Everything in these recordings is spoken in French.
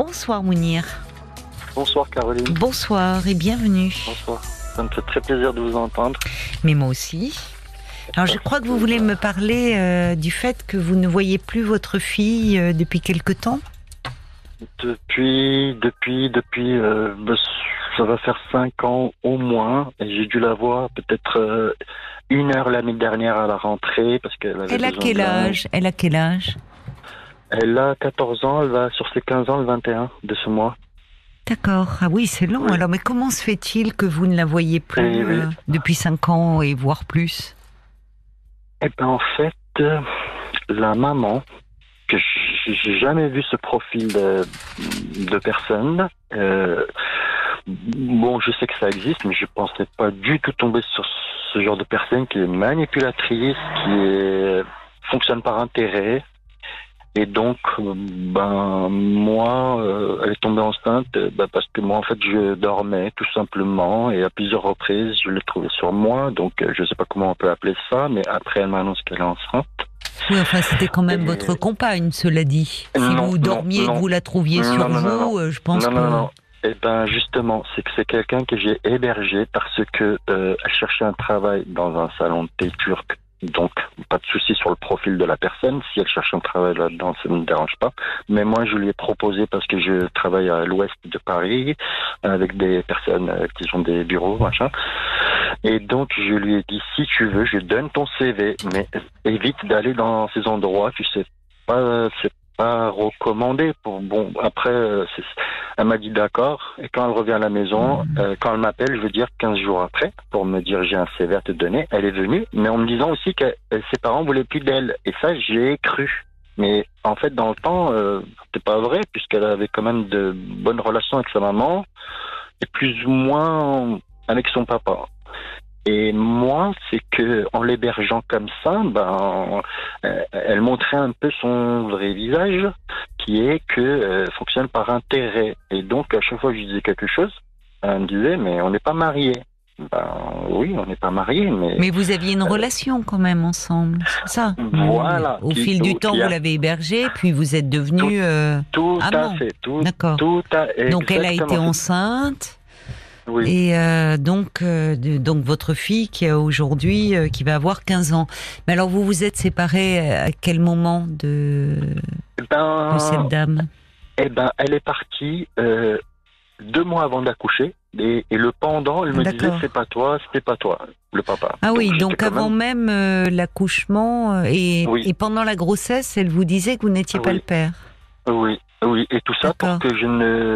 Bonsoir Mounir. Bonsoir Caroline. Bonsoir et bienvenue. Bonsoir. Ça me fait très plaisir de vous entendre. Mais moi aussi. Alors je crois que vous voulez me parler du fait que vous ne voyez plus votre fille depuis quelque temps. Depuis, ça va faire 5 ans au moins. Et j'ai dû la voir peut-être 1 heure l'année dernière à la rentrée parce qu'elle avait Elle a quel âge ? Elle a quel âge ? Elle a 14 ans, elle va sur ses 15 ans le 21 de ce mois. D'accord. Ah oui, c'est long. Oui. Alors, mais comment se fait-il que vous ne la voyez plus Oui. depuis 5 ans et voire plus ? Eh ben en fait, la maman, que j'ai jamais vu ce profil de personne. Bon, je sais que ça existe, mais je pensais pas du tout tomber sur ce genre de personne qui est manipulatrice, fonctionne par intérêt. Et donc, moi, elle est tombée enceinte parce que moi, en fait, je dormais tout simplement et à plusieurs reprises, je l'ai trouvée sur moi. Donc, je sais pas comment on peut appeler ça, mais après, elle m'annonce qu'elle est enceinte. Oui, enfin, c'était quand même votre compagne, cela dit. Si vous dormiez et que vous la trouviez sur vous, je pense que... Non. Eh ben, justement, c'est que c'est quelqu'un que j'ai hébergé parce que elle cherchait un travail dans un salon de thé turc. Donc, pas de souci sur le profil de la personne. Si elle cherche un travail là-dedans, ça ne me dérange pas. Mais moi, je lui ai proposé, parce que je travaille à l'ouest de Paris, avec des personnes qui ont des bureaux, machin. Et donc, je lui ai dit, si tu veux, je donne ton CV, mais évite d'aller dans ces endroits, tu sais pas, c'est pas recommandé. Bon, après, elle m'a dit d'accord. Et quand elle revient à la maison, quand elle m'appelle, je veux dire 15 jours après, pour me dire j'ai un CV à te donner, elle est venue, mais en me disant aussi que ses parents voulaient plus d'elle. Et ça, j'ai cru. Mais en fait, dans le temps, c'était pas vrai, puisqu'elle avait quand même de bonnes relations avec sa maman, et plus ou moins avec son papa. Et moi, c'est que en l'hébergeant comme ça, elle montrait un peu son vrai visage, qui est que fonctionne par intérêt. Et donc, à chaque fois que je disais quelque chose, elle me disait, mais on n'est pas mariés. Oui, on n'est pas mariés, mais... Mais vous aviez une relation quand même ensemble, c'est ça ? Voilà. Au fil du temps, vous l'avez hébergée, puis vous êtes devenus tout amants. À fait. D'accord. Donc elle a été enceinte. Oui. Et donc votre fille qui a aujourd'hui, qui va avoir 15 ans. Mais alors vous vous êtes séparés à quel moment de cette dame ? Eh ben, elle est partie 2 mois avant d'accoucher. Et le pendant, elle me disait, c'est pas toi, le papa. Ah oui, donc avant même l'accouchement et pendant la grossesse, elle vous disait que vous n'étiez pas le père. Oui, et tout ça pour que je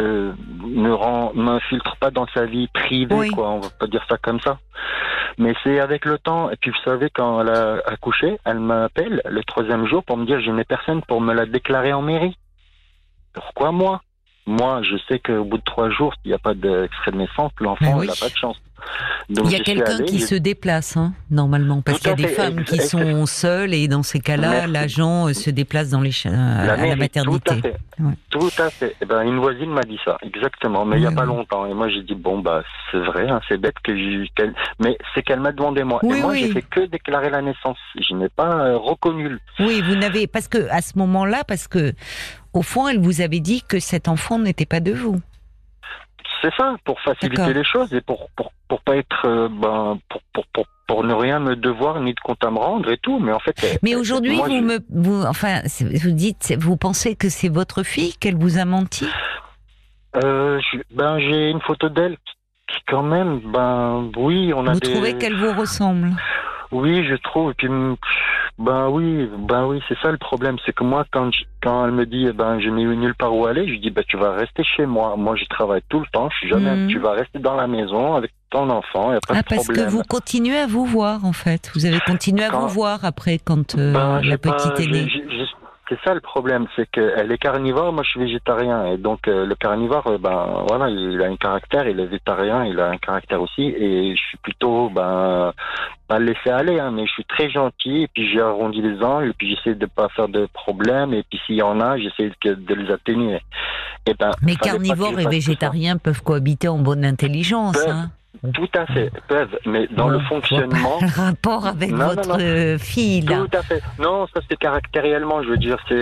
m'infiltre pas dans sa vie privée, quoi. On va pas dire ça comme ça. Mais c'est avec le temps. Et puis vous savez, quand elle a accouché, elle m'appelle le 3e jour pour me dire je n'ai personne pour me la déclarer en mairie. Pourquoi moi ? Moi, je sais qu'au bout de 3 jours, s'il n'y a pas d'extrait de naissance, l'enfant n'a pas de chance. Donc, il y a quelqu'un qui se déplace, normalement, parce qu'il y a des femmes qui sont seules et dans ces cas-là, l'agent se déplace dans à la maternité. Tout à fait. Eh ben, une voisine m'a dit ça, exactement, mais il n'y a pas longtemps. Et moi, j'ai dit, c'est vrai, c'est bête mais c'est qu'elle m'a demandé moi. Et moi, j'ai fait que déclarer la naissance. Je n'ai pas reconnu. Oui, vous n'avez, parce que à ce moment-là, au fond, elle vous avait dit que cet enfant n'était pas de vous. C'est ça, pour faciliter les choses et pour pas être, pour ne rien me devoir ni de compte à me rendre et tout. Mais en fait. Mais aujourd'hui, vous pensez que c'est votre fille qu'elle vous a menti ? J'ai une photo d'elle qui quand même, oui, on a. Vous trouvez qu'elle vous ressemble ? Oui, je trouve. Et puis, oui, c'est ça le problème. C'est que moi, quand elle me dit, je n'ai eu nulle part où aller, je dis, tu vas rester chez moi. Moi, je travaille tout le temps. Je suis jamais. Tu vas rester dans la maison avec ton enfant. Y a pas de problème. Parce que vous continuez à vous voir, en fait. Vous avez continué à vous voir après, quand la petite est née. C'est ça le problème, c'est qu'elle est carnivore, moi je suis végétarien. Et donc le carnivore, il a un caractère, il est végétarien, il a un caractère aussi. Et je suis plutôt, pas le laisser aller, mais je suis très gentil. Et puis j'ai arrondi les angles, et puis j'essaie de pas faire de problème. Et puis s'il y en a, j'essaie de les atténuer. Mais carnivore et végétarien peuvent cohabiter en bonne intelligence. Tout à fait, peuvent, mais dans le fonctionnement... Le rapport avec votre fille, là. Tout à fait. Non, ça c'est caractériellement, je veux dire, c'est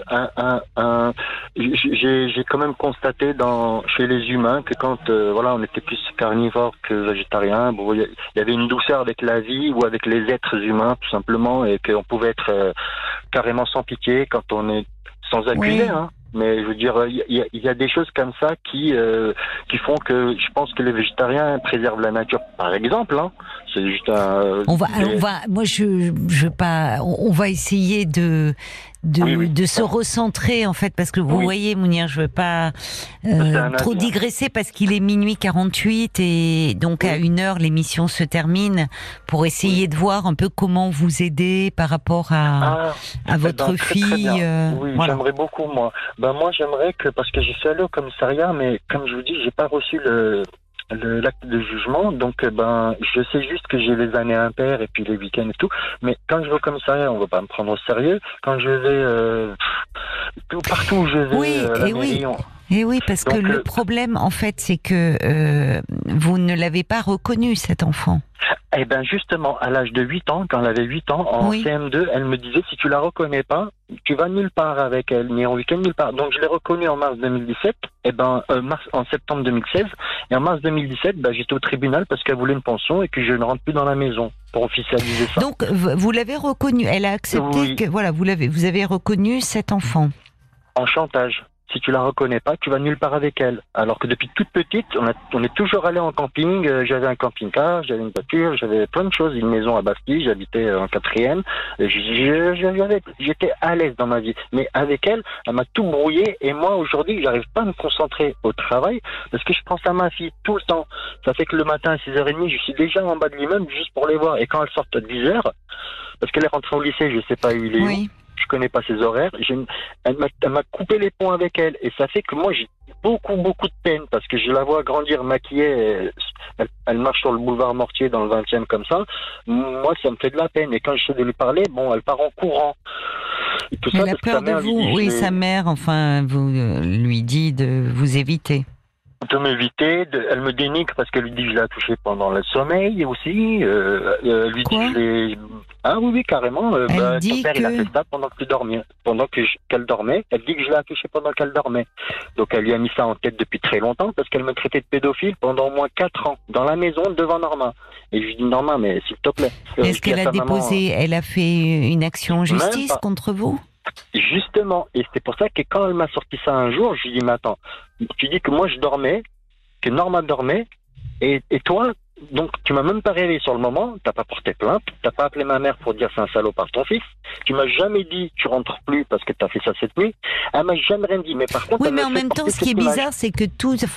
j'ai quand même constaté chez les humains que quand on était plus carnivore que végétarien, bon, il y avait une douceur avec la vie ou avec les êtres humains, tout simplement, et qu'on pouvait être carrément sans pitié quand on est sans accuser, hein. Mais je veux dire, il y a des choses comme ça qui font que je pense que les végétariens préservent la nature, par exemple. Hein. C'est juste moi je veux pas. On va essayer de se recentrer en fait, parce que vous voyez, Mounir, je veux pas trop digresser parce qu'il est minuit 48 et donc à 1h l'émission se termine, pour essayer de voir un peu comment vous aider par rapport à votre fille. Voilà. J'aimerais beaucoup moi. Moi j'aimerais que, parce que j'y suis allé au commissariat, mais comme je vous dis, j'ai pas reçu l'acte de jugement, donc je sais juste que j'ai les années impaires et puis les week-ends et tout, mais quand je vais au commissariat, on va pas me prendre au sérieux. Quand je vais partout où je vais, oui, parce que le problème en fait, c'est que vous ne l'avez pas reconnu, cet enfant. Eh ben justement, à l'âge de 8 ans, quand elle avait 8 ans, en CM2, elle me disait, si tu la reconnais pas, tu vas nulle part avec elle, ni en week-end, nulle part. Donc je l'ai reconnue en mars 2017, en septembre 2016, et en mars 2017, j'étais au tribunal parce qu'elle voulait une pension et que je ne rentre plus dans la maison pour officialiser ça. Donc vous l'avez reconnue, elle a accepté que vous avez reconnu cet enfant. En chantage. Si tu la reconnais pas, tu vas nulle part avec elle. Alors que depuis toute petite, on est toujours allé en camping. J'avais un camping-car, j'avais une voiture, j'avais plein de choses. Une maison à Bastille, j'habitais en 4e. J'étais à l'aise dans ma vie. Mais avec elle, elle m'a tout brouillé. Et moi, aujourd'hui, j'arrive pas à me concentrer au travail parce que je pense à ma fille tout le temps. Ça fait que le matin à 6h30, je suis déjà en bas de l'immeuble juste pour les voir. Et quand elles sortent à 10h, parce qu'elle est rentrée au lycée, je sais pas où il est. Oui. Je connais pas ses horaires. Elle m'a coupé les ponts avec elle. Et ça fait que moi, j'ai beaucoup de peine parce que je la vois grandir maquillée. Elle marche sur le boulevard Mortier dans le 20e comme ça. Moi, ça me fait de la peine. Et quand j'essaie de lui parler, elle part en courant. Et tout elle a peur de vous. Sa mère, vous lui dit de vous éviter. De m'éviter, elle me dénigre parce qu'elle lui dit que je l'ai touché pendant le sommeil aussi. Elle lui dit que je l'ai... Ah oui, carrément. Elle dit ton père, il a fait ça pendant qu'elle dormait. Elle dit que je l'ai touché pendant qu'elle dormait. Donc elle lui a mis ça en tête depuis très longtemps parce qu'elle me traitait de pédophile pendant au moins 4 ans, dans la maison, devant Norma. Et je lui dis, Norma, mais s'il te plaît. Est-ce qu'elle a déposé, elle a fait une action en justice contre vous ? Justement, et c'est pour ça que quand elle m'a sorti ça un jour, je lui dis, mais attends, tu dis que moi je dormais, que Norma dormait, et toi, donc tu m'as même pas réveillé sur le moment, t'as pas porté plainte, t'as pas appelé ma mère pour dire c'est un salopard ton fils, tu m'as jamais dit tu rentres plus parce que t'as fait ça cette nuit, elle m'a jamais rien dit, mais par contre... Oui, mais en même temps, ce qui est bizarre, c'est que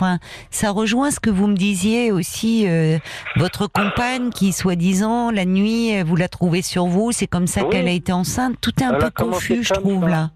ça rejoint ce que vous me disiez aussi, votre compagne qui, soi-disant, la nuit, vous la trouvez sur vous, c'est comme ça qu'elle a été enceinte, tout est un peu confus, je trouve, là.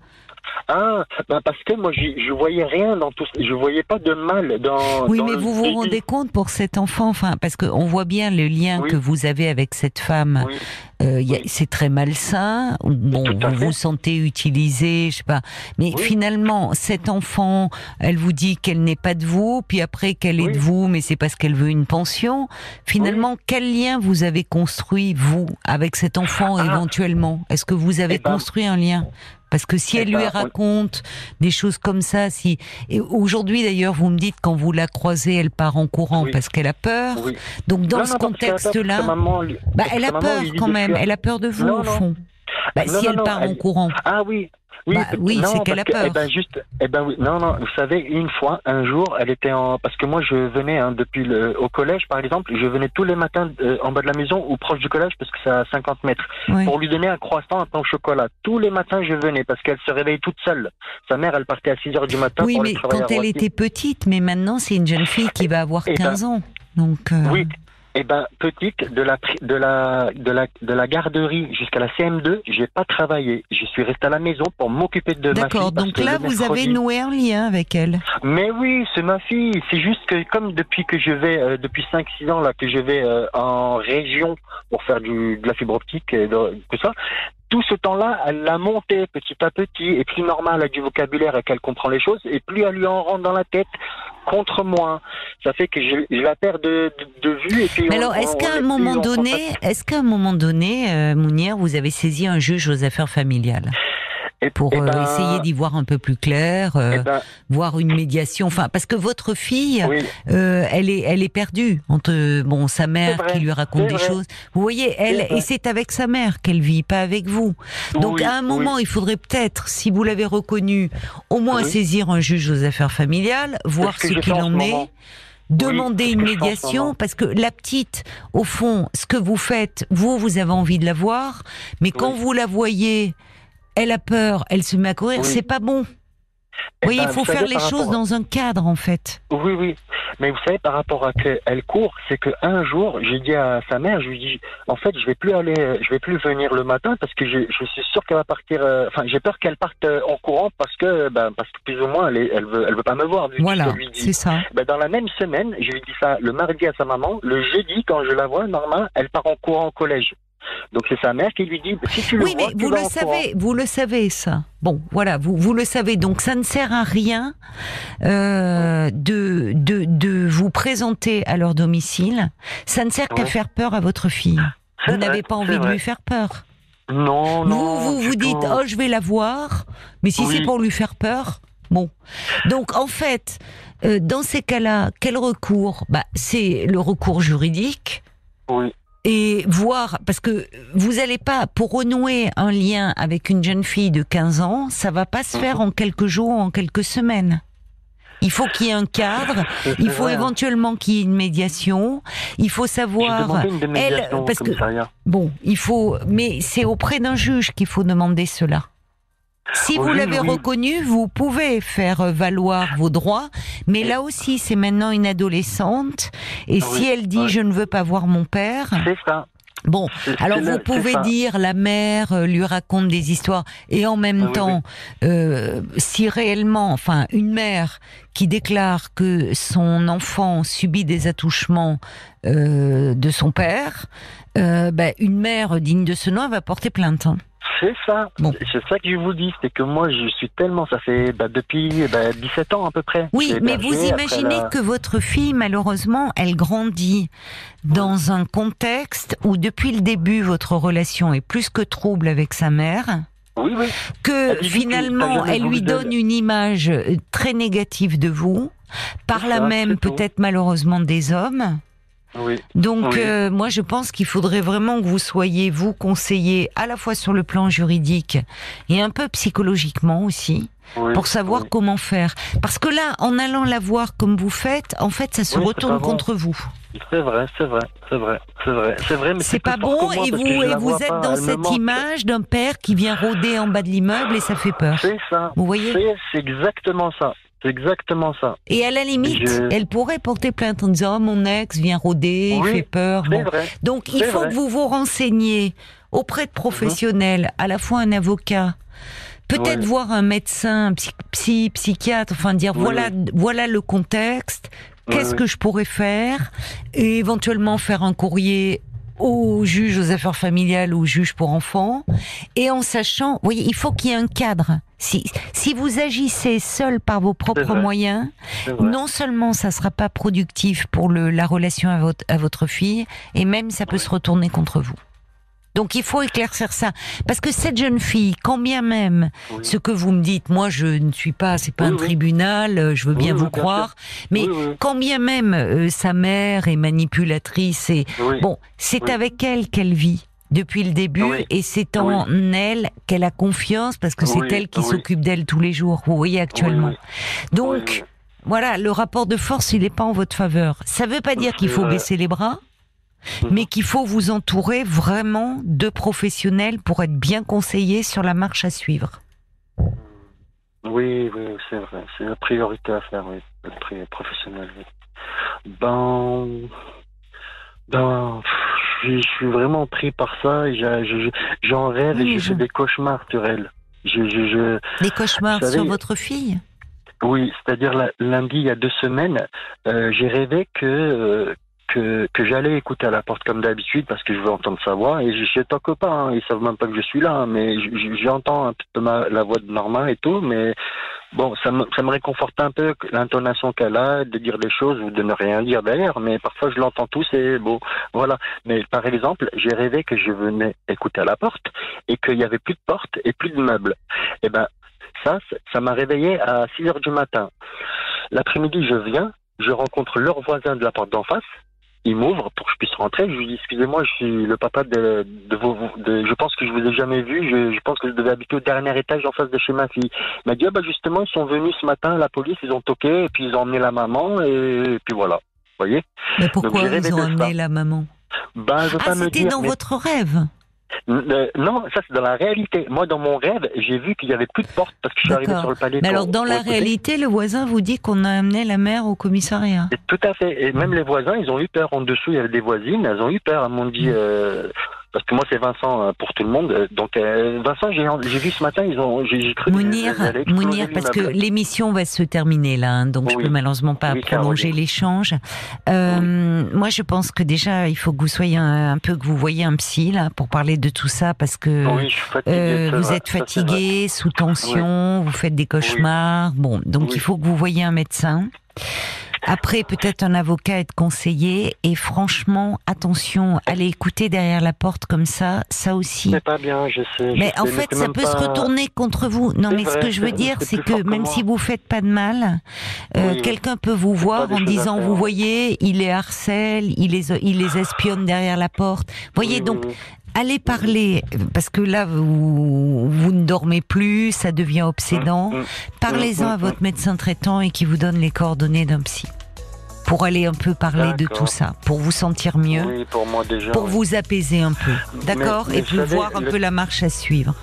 Parce que moi je voyais rien dans tout, je voyais pas de mal dans... Oui, mais vous vous rendez compte pour cet enfant, parce qu'on voit bien le lien que vous avez avec cette femme, c'est très malsain, vous vous sentez utilisé, je sais pas, mais finalement cet enfant, elle vous dit qu'elle n'est pas de vous, puis après qu'elle est de vous, mais c'est parce qu'elle veut une pension. Finalement, quel lien vous avez construit, vous, avec cet enfant éventuellement? Est-ce que vous avez construit un lien? Parce que si elle lui raconte des choses comme ça, et aujourd'hui d'ailleurs vous me dites quand vous la croisez, elle part en courant parce qu'elle a peur. Donc dans ce contexte-là, elle a peur quand même. Elle a peur de vous au fond. Si elle part en courant. Ah oui. Oui, c'est qu'elle a peur. Non, vous savez, une fois, un jour, elle était parce que moi je venais depuis au collège par exemple, je venais tous les matins en bas de la maison ou proche du collège parce que c'est à 50 mètres pour lui donner un croissant, un pain au chocolat. Tous les matins je venais parce qu'elle se réveille toute seule. Sa mère, elle partait à 6h du matin pour aller travailler. Oui, mais quand elle était petite, mais maintenant c'est une jeune fille qui va avoir 15 ans. Donc oui. Petite, de la garderie jusqu'à la CM2, j'ai pas travaillé. Je suis resté à la maison pour m'occuper de ma fille. D'accord, donc là, vous avez noué un lien avec elle. Mais oui, c'est ma fille. C'est juste que comme depuis que je vais, depuis 5-6 ans là, que je vais en région pour faire de la fibre optique et tout ça, tout ce temps-là, elle l'a monté petit à petit, et plus Norma elle a du vocabulaire et qu'elle comprend les choses, et plus elle lui en rentre dans la tête contre moi. ça fait que je la perds de vue. Et puis mais alors, est-ce qu'à un moment donné, Mounir, vous avez saisi un juge aux affaires familiales pour essayer d'y voir un peu plus clair, voir une médiation, enfin, parce que votre fille, elle est perdue entre sa mère qui lui raconte des choses. Vous voyez, et c'est avec sa mère qu'elle vit, pas avec vous. Donc à un moment, il faudrait peut-être, si vous l'avez reconnu, au moins saisir un juge aux affaires familiales, voir ce qu'il en est. Demander une médiation, parce que la petite, au fond, ce que vous faites, vous avez envie de la voir, mais quand vous la voyez, elle a peur, elle se met à courir, c'est pas bon. Vous voyez, il faut faire les choses dans un cadre, en fait. Oui. Mais vous savez, par rapport à qu'elle court, c'est qu'un jour, j'ai dit à sa mère, je lui dis, en fait, je vais plus venir le matin parce que je suis sûr qu'elle va partir, j'ai peur qu'elle parte en courant parce que plus ou moins, elle veut pas me voir. Voilà, c'est ça. Dans la même semaine, je lui dis ça le mardi à sa maman, le jeudi, quand je la vois, normalement, elle part en courant au collège. Donc c'est sa mère qui lui dit si tu le vois, mais vous le savez ça. Bon, voilà, vous le savez. Donc ça ne sert à rien de vous présenter à leur domicile. Ça ne sert qu'à faire peur à votre fille. Vous n'avez pas envie de lui faire peur. Non. Vous dites je vais la voir, mais si c'est pour lui faire peur, bon. Donc en fait, dans ces cas-là, quel recours ? C'est le recours juridique. Oui. Et voir, parce que vous n'allez pas, pour renouer un lien avec une jeune fille de 15 ans, ça va pas se faire en quelques jours, en quelques semaines. Il faut qu'il y ait un cadre, il faut éventuellement qu'il y ait une médiation, il faut savoir, mais c'est auprès d'un juge qu'il faut demander cela. Si vous l'avez reconnu, vous pouvez faire valoir vos droits, mais là aussi, c'est maintenant une adolescente, et si elle dit « je ne veux pas voir mon père », c'est ça. Bon, alors vous pouvez dire la mère lui raconte des histoires, et en même temps, si réellement, une mère qui déclare que son enfant subit des attouchements de son père, une mère digne de ce nom va porter plainte. C'est ça. Bon. C'est ça que je vous dis, c'est que moi je suis tellement, ça fait depuis 17 ans à peu près. Oui, mais vous imaginez que votre fille, malheureusement, elle grandit dans un contexte où depuis le début votre relation est plus que trouble avec sa mère. Oui. Que finalement elle lui donne une image très négative de vous, par là même peut-être malheureusement des hommes. Oui. Donc moi je pense qu'il faudrait vraiment que vous soyez vous conseillé à la fois sur le plan juridique et un peu psychologiquement aussi pour savoir comment faire, parce que là en allant la voir comme vous faites, en fait ça se retourne contre vous. C'est vrai, mais c'est pas bon, et vous êtes dans cette image d'un père qui vient rôder en bas de l'immeuble et ça fait peur. C'est ça. Vous voyez ? C'est exactement ça. C'est exactement ça. Et à la limite, elle pourrait porter plainte en disant mon ex vient rôder, il fait peur. Bon. Vrai. Donc il faut que vous vous renseigniez auprès de professionnels, à la fois un avocat, peut-être voir un médecin, psychiatre, dire voilà le contexte, qu'est-ce que je pourrais faire, et éventuellement faire un courrier au juge aux affaires familiales ou au juge pour enfants, et en sachant, vous voyez, il faut qu'il y ait un cadre. Si vous agissez seul par vos propres moyens, non seulement ça sera pas productif pour la relation à votre fille, et même ça peut se retourner contre vous. Donc il faut éclaircir ça, parce que cette jeune fille, quand bien même ce que vous me dites, moi je ne suis pas, c'est pas un tribunal, je veux bien vous croire, mais quand bien même sa mère est manipulatrice, et c'est avec elle qu'elle vit depuis le début, et c'est en elle qu'elle a confiance, parce que c'est elle qui s'occupe d'elle tous les jours, vous voyez actuellement. Donc voilà, le rapport de force il n'est pas en votre faveur. Ça veut pas dire qu'il faut baisser les bras, mais qu'il faut vous entourer vraiment de professionnels pour être bien conseillé sur la marche à suivre. Oui, c'est vrai. C'est la priorité à faire, le professionnel. Je suis vraiment pris par ça. J'en rêve et je fais des cauchemars sur elle. Des cauchemars sur votre fille ? Oui, c'est-à-dire lundi, il y a 2 semaines, j'ai rêvé que que j'allais écouter à la porte comme d'habitude parce que je veux entendre sa voix. Et je toque pas, hein, ils savent même pas que je suis là, hein, mais j'entends un peu la voix de Norma et tout, mais bon, ça me réconforte un peu l'intonation qu'elle a, de dire des choses ou de ne rien dire derrière, mais parfois je l'entends tous et bon, voilà. Mais par exemple, j'ai rêvé que je venais écouter à la porte et qu'il y avait plus de porte et plus de meubles. Et ben, ça m'a réveillé à 6 heures du matin. L'après-midi, je viens, je rencontre leur voisin de la porte d'en face. Il m'ouvre pour que je puisse rentrer. Je lui dis, excusez-moi, je suis le papa je pense que je vous ai jamais vu. Je pense que je devais habiter au dernier étage en face de chez ma fille. Il m'a dit, justement, ils sont venus ce matin, la police, ils ont toqué, et puis ils ont emmené la maman, et puis voilà. Vous voyez? Mais pourquoi ils ont emmené la maman? Je veux pas me dire. C'était dans votre rêve? Non, ça c'est dans la réalité. Moi, dans mon rêve, j'ai vu qu'il y avait plus de porte parce que je suis arrivé sur le palais. Mais alors, dans la réalité, le voisin vous dit qu'on a amené la mère au commissariat. Et tout à fait. Et même les voisins, ils ont eu peur. En dessous, il y avait des voisines, elles ont eu peur. Elles m'ont dit... parce que moi, c'est Vincent pour tout le monde. Donc, Vincent, j'ai vu ce matin, j'ai cru Mounir, parce que l'émission va se terminer là, hein, donc je peux malheureusement pas prolonger l'échange. Moi, je pense que déjà, il faut que vous soyez que vous voyez un psy là pour parler de tout ça, parce que vous êtes fatigué, sous tension, vous faites des cauchemars. Bon, donc il faut que vous voyez un médecin. Après, peut-être un avocat, être conseillé. Et franchement, attention, aller écouter derrière la porte comme ça aussi. C'est pas bien, je sais. Mais en fait, ça peut se retourner contre vous. Non, mais ce que je veux dire, c'est que même si vous faites pas de mal, quelqu'un peut vous voir en disant, vous voyez, il les harcèle, il les espionne derrière la porte. Vous voyez, donc... Allez parler, parce que là, vous ne dormez plus, ça devient obsédant. Parlez-en à votre médecin traitant et qui vous donne les coordonnées d'un psy. Pour aller un peu parler de tout ça, pour vous sentir mieux, pour moi déjà, pour vous apaiser un peu. D'accord? Et puis voir un peu la marche à suivre.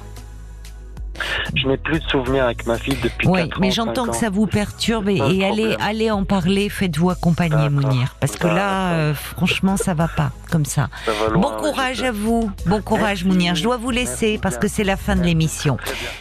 Je n'ai plus de souvenirs avec ma fille depuis 4 ans. Oui, mais j'entends que ça vous perturbe et allez en parler, faites-vous accompagner, Mounir. Parce que là, franchement, ça va pas comme ça. Bon courage à vous, bon courage, Mounir. Je dois vous laisser parce que c'est la fin de l'émission.